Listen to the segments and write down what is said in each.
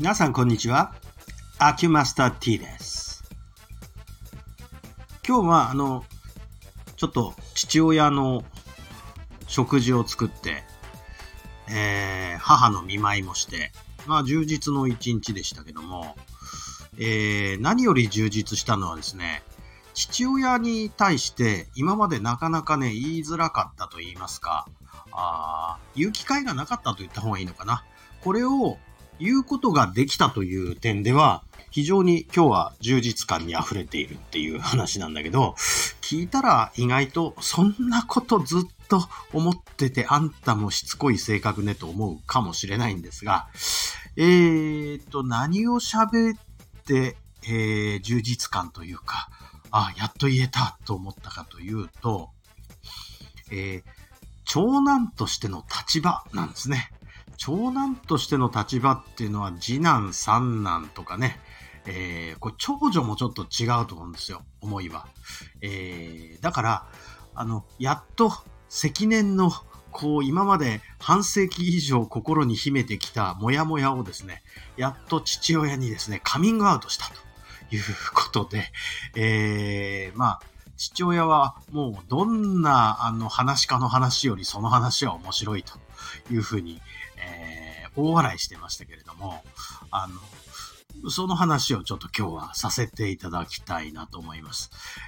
皆さんこんにちは。アキュマスター T です。今日はちょっと父親の食事を作って、母の見舞いもして、充実の一日でしたけども、何より充実したのはですね、父親に対して今までなかなかね、言いづらかったと言いますか、言う機会がなかったと言った方がいいのかな。これを言うことができたという点では、非常に今日は充実感に溢れているっていう話なんだけど、聞いたら意外とそんなことずっと思ってて、あんたもしつこい性格ねと思うかもしれないんですが、何を喋って、充実感というか、やっと言えたと思ったかというと、長男としての立場なんですね。長男としての立場っていうのは次男、三男とかね、これ長女もちょっと違うと思うんですよ、思いは。だから、やっと積年の、今まで半世紀以上心に秘めてきたモヤモヤをですね、やっと父親にですね、カミングアウトしたということで、父親はもうどんな話かの話よりその話は面白いというふうに、大笑いしてましたけれども、その話をちょっと今日はさせていただきたいなと思います。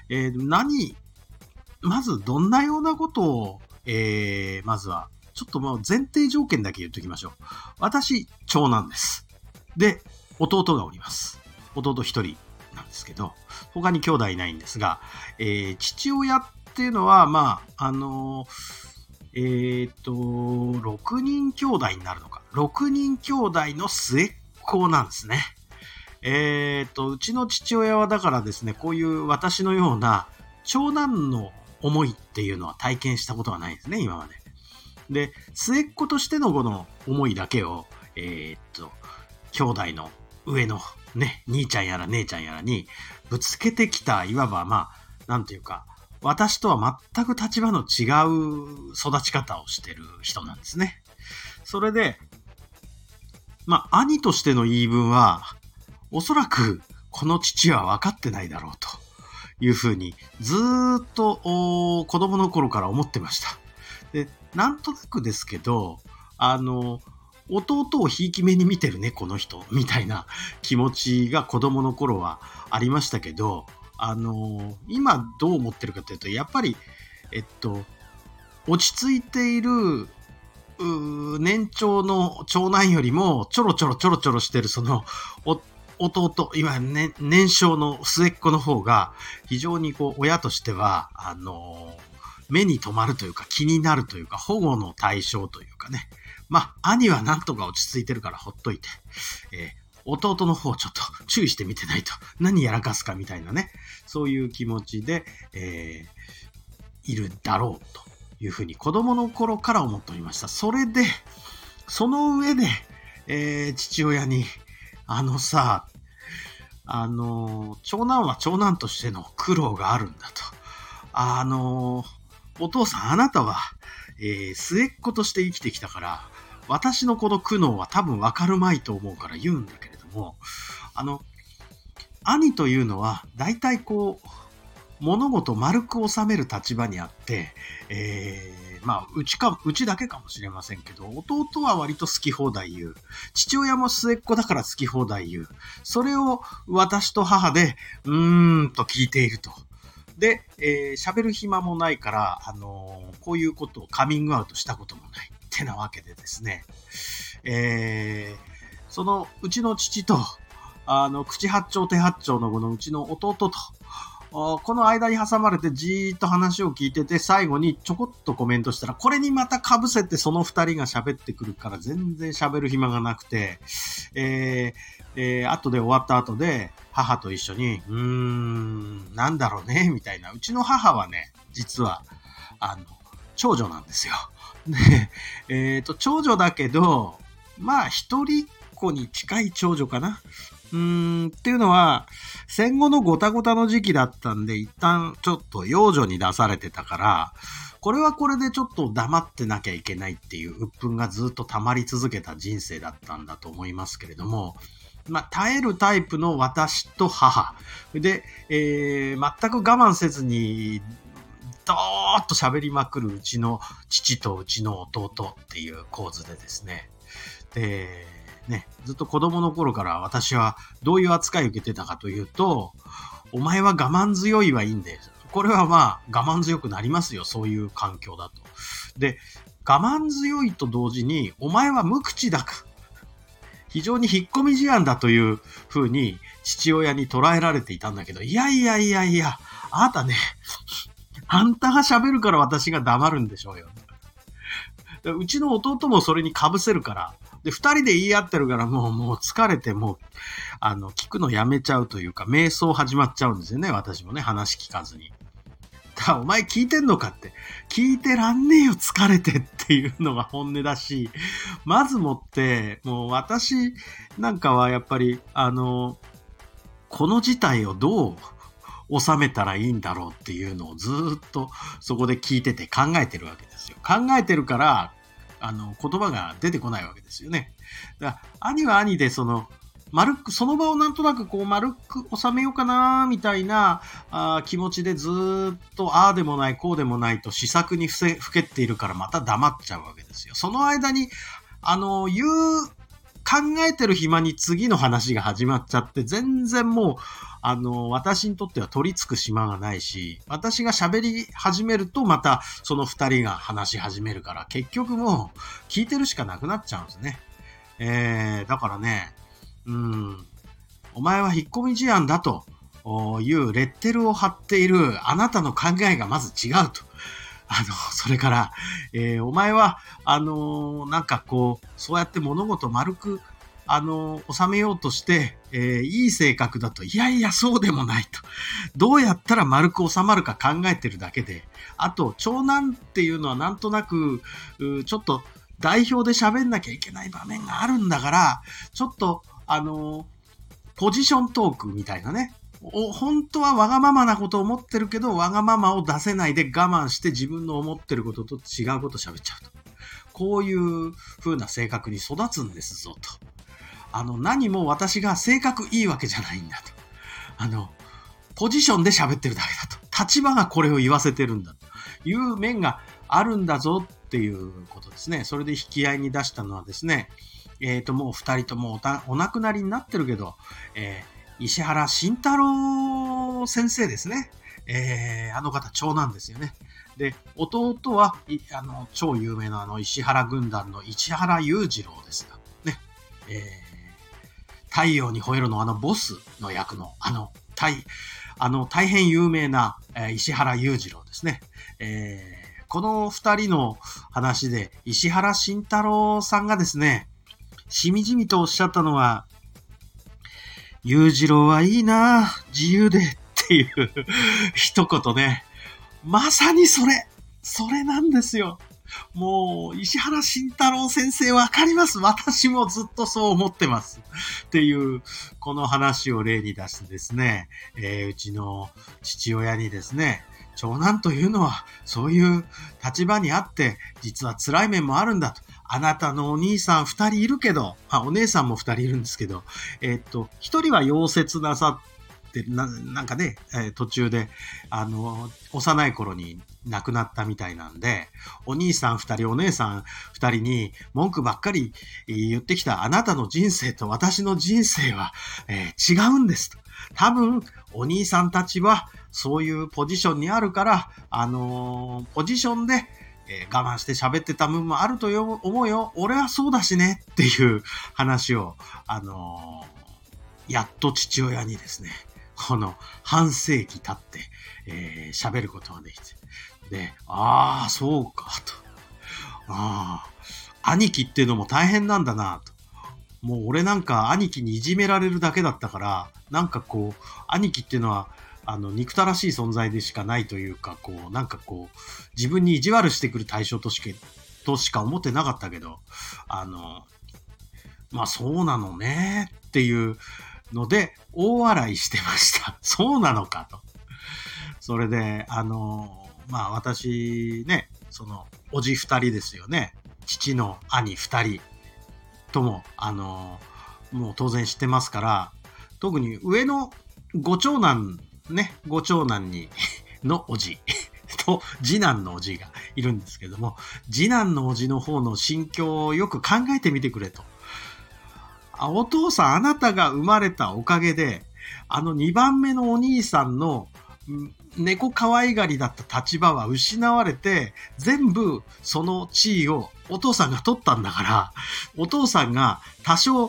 まずどんなようなことを、まずはちょっともう前提条件だけ言っときましょう。私、長男です。で、弟がおります。弟一人なんですけど、他に兄弟いないんですが、父親っていうのは、6人兄弟になるのか。6人兄弟の末っ子なんですね。うちの父親はだからですね、こういう私のような長男の思いっていうのは体験したことはないですね、今まで。で、末っ子としてのこの思いだけを、兄弟の上のね、兄ちゃんやら姉ちゃんやらにぶつけてきた、いわばなんていうか、私とは全く立場の違う育ち方をしてる人なんですね。それで、兄としての言い分は、おそらくこの父は分かってないだろうというふうにずーっと子供の頃から思ってました。で、なんとなくですけど、弟をひいき目に見てるね、この人、みたいな気持ちが子供の頃はありましたけど、今どう思ってるかというと、やっぱり、落ち着いている年長の長男よりもちょろちょろしてるその弟、いわゆる、ね、年少の末っ子の方が非常に親としては目に留まるというか気になるというか保護の対象というかね。兄はなんとか落ち着いてるからほっといて、弟の方ちょっと注意してみてないと何やらかすかみたいなね、そういう気持ちで、いるだろうというふうに子供の頃から思っておりました。それで、その上で、父親に、長男は長男としての苦労があるんだと。お父さん、あなたは、末っ子として生きてきたから、私のこの苦悩は多分わかるまいと思うから言うんだけれども、兄というのは、大体物事を丸く収める立場にあって、うちだけかもしれませんけど、弟は割と好き放題言う。父親も末っ子だから好き放題言う。それを私と母で、と聞いていると。で、喋る暇もないから、こういうことをカミングアウトしたこともないってなわけでですね。そのうちの父と、口八丁手八丁のこのうちの弟と、この間に挟まれてじーっと話を聞いてて、最後にちょこっとコメントしたら、これにまた被せてその二人が喋ってくるから全然喋る暇がなくて、後で終わった後で母と一緒に、なんだろうね、みたいな。うちの母はね、実は、長女なんですよ。で、長女だけど、一人っ子に近い長女かな。っていうのは、戦後のごたごたの時期だったんで、一旦ちょっと養女に出されてたから、これはこれでちょっと黙ってなきゃいけないっていう鬱憤がずっと溜まり続けた人生だったんだと思いますけれども、 耐えるタイプの私と母。で、全く我慢せずに、ドーッと喋りまくるうちの父とうちの弟っていう構図でですね。で、ずっと子供の頃から私はどういう扱いを受けてたかというと、お前は我慢強いはいいんだよ。これは我慢強くなりますよ。そういう環境だと。で、我慢強いと同時に、お前は無口だか。非常に引っ込み思案だという風に父親に捉えられていたんだけど、いや、あなたね、あんたが喋るから私が黙るんでしょうよ。うちの弟もそれに被せるから、で、二人で言い合ってるからもう疲れて聞くのやめちゃうというか、瞑想始まっちゃうんですよね、私もね、話聞かずに。お前聞いてんのかって。聞いてらんねえよ、疲れてっていうのが本音だし、まずもって、もう私なんかはやっぱり、この事態をどう収めたらいいんだろうっていうのをずっとそこで聞いてて考えてるわけですよ。考えてるから、言葉が出てこないわけですよね。だから兄は兄でその場をなんとなく丸く収めようかなみたいな気持ちでずっとああでもないこうでもないと思索にふけっているからまた黙っちゃうわけですよ。その間に考えてる暇に次の話が始まっちゃって全然もう私にとっては取り付く島がないし、私が喋り始めるとまたその二人が話し始めるから結局もう聞いてるしかなくなっちゃうんですね。だからね、お前は引っ込み思案だというレッテルを貼っているあなたの考えがまず違うと。それから、お前は、そうやって物事丸く、収めようとして、いい性格だと、いやいや、そうでもないと。どうやったら丸く収まるか考えてるだけで、あと、長男っていうのはなんとなく、ちょっと代表で喋んなきゃいけない場面があるんだから、ちょっと、ポジショントークみたいなね。本当はわがままなことを思ってるけど、わがままを出せないで我慢して自分の思ってることと違うことを喋っちゃうと。こういう風な性格に育つんですぞと。何も私が性格いいわけじゃないんだと。ポジションで喋ってるだけだと。立場がこれを言わせてるんだという面があるんだぞっていうことですね。それで引き合いに出したのはですね、もう二人ともお亡くなりになってるけど、石原慎太郎先生ですね。あの方、長男ですよね。で、弟は、超有名な石原軍団の石原裕次郎ですが、ね。太陽に吠えるのボスの役の、大変有名な、石原裕次郎ですね。この二人の話で、石原慎太郎さんがですね、しみじみとおっしゃったのは、裕次郎はいいな、自由でっていう一言ね。まさにそれなんですよ。もう、石原慎太郎先生わかります。私もずっとそう思ってます。っていう、この話を例に出してですね、うちの父親にですね、長男というのはそういう立場にあって、実は辛い面もあるんだと。あなたのお兄さん二人いるけど、お姉さんも二人いるんですけど、一人は溶接なさってなんかね、途中で、幼い頃に亡くなったみたいなんで、お兄さん二人、お姉さん二人に文句ばっかり言ってきたあなたの人生と私の人生は、違うんですと。多分、お兄さんたちはそういうポジションにあるから、ポジションで、我慢して喋ってた部分もあると思うよ。俺はそうだしねっていう話を、やっと父親にですね、この半世紀経って、喋ることができて。で、そうかと。兄貴っていうのも大変なんだなと。もう俺なんか兄貴にいじめられるだけだったから、なんか兄貴っていうのは、憎たらしい存在でしかないというか、自分に意地悪してくる対象としか思ってなかったけど、そうなのねっていうので、大笑いしてました。そうなのかと。それで、私ね、おじ二人ですよね。父の兄二人とも、 もう当然知ってますから、特に上のご長男にのおじと次男のおじがいるんですけども、次男のおじの方の心境をよく考えてみてくれと。お父さん、あなたが生まれたおかげで、2番目のお兄さんの猫可愛がりだった立場は失われて、全部その地位をお父さんが取ったんだから、お父さんが多少、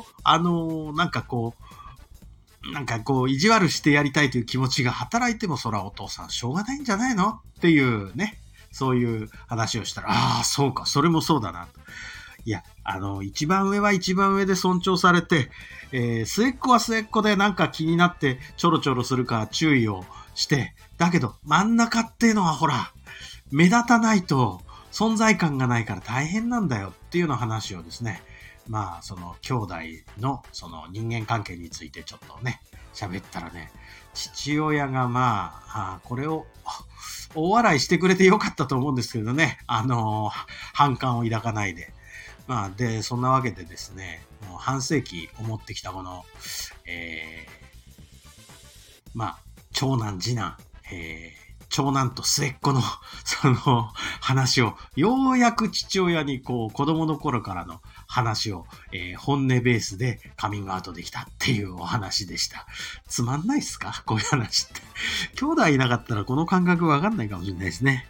意地悪してやりたいという気持ちが働いても、そらお父さんしょうがないんじゃないのっていうね、そういう話をしたら、ああ、そうか、それもそうだな。いや、一番上は一番上で尊重されて、末っ子は末っ子でなんか気になってちょろちょろするから注意をして、だけど真ん中っていうのはほら、目立たないと存在感がないから大変なんだよっていうような話をですね、まあ、その兄弟のその人間関係についてちょっとね、喋ったらね、父親がまあ、これを大笑いしてくれてよかったと思うんですけどね、反感を抱かないで。まあ、で、そんなわけでですね、もう半世紀思ってきたこの、長男、次男、長男と末っ子の、その話を、ようやく父親に子供の頃からの話を、本音ベースでカミングアウトできたっていうお話でした。つまんないっすか？こういう話って。兄弟いなかったらこの感覚わかんないかもしれないですね。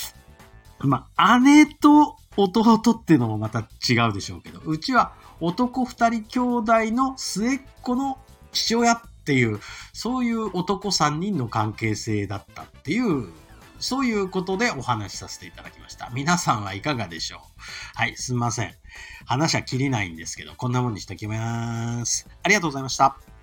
姉と弟っていうのもまた違うでしょうけど、うちは男二人兄弟の末っ子の父親っていう、そういう男三人の関係性だったっていう、そういうことでお話しさせていただきました。皆さんはいかがでしょう？はい、すみません。話は切りないんですけど、こんなもんにしておきます。ありがとうございました。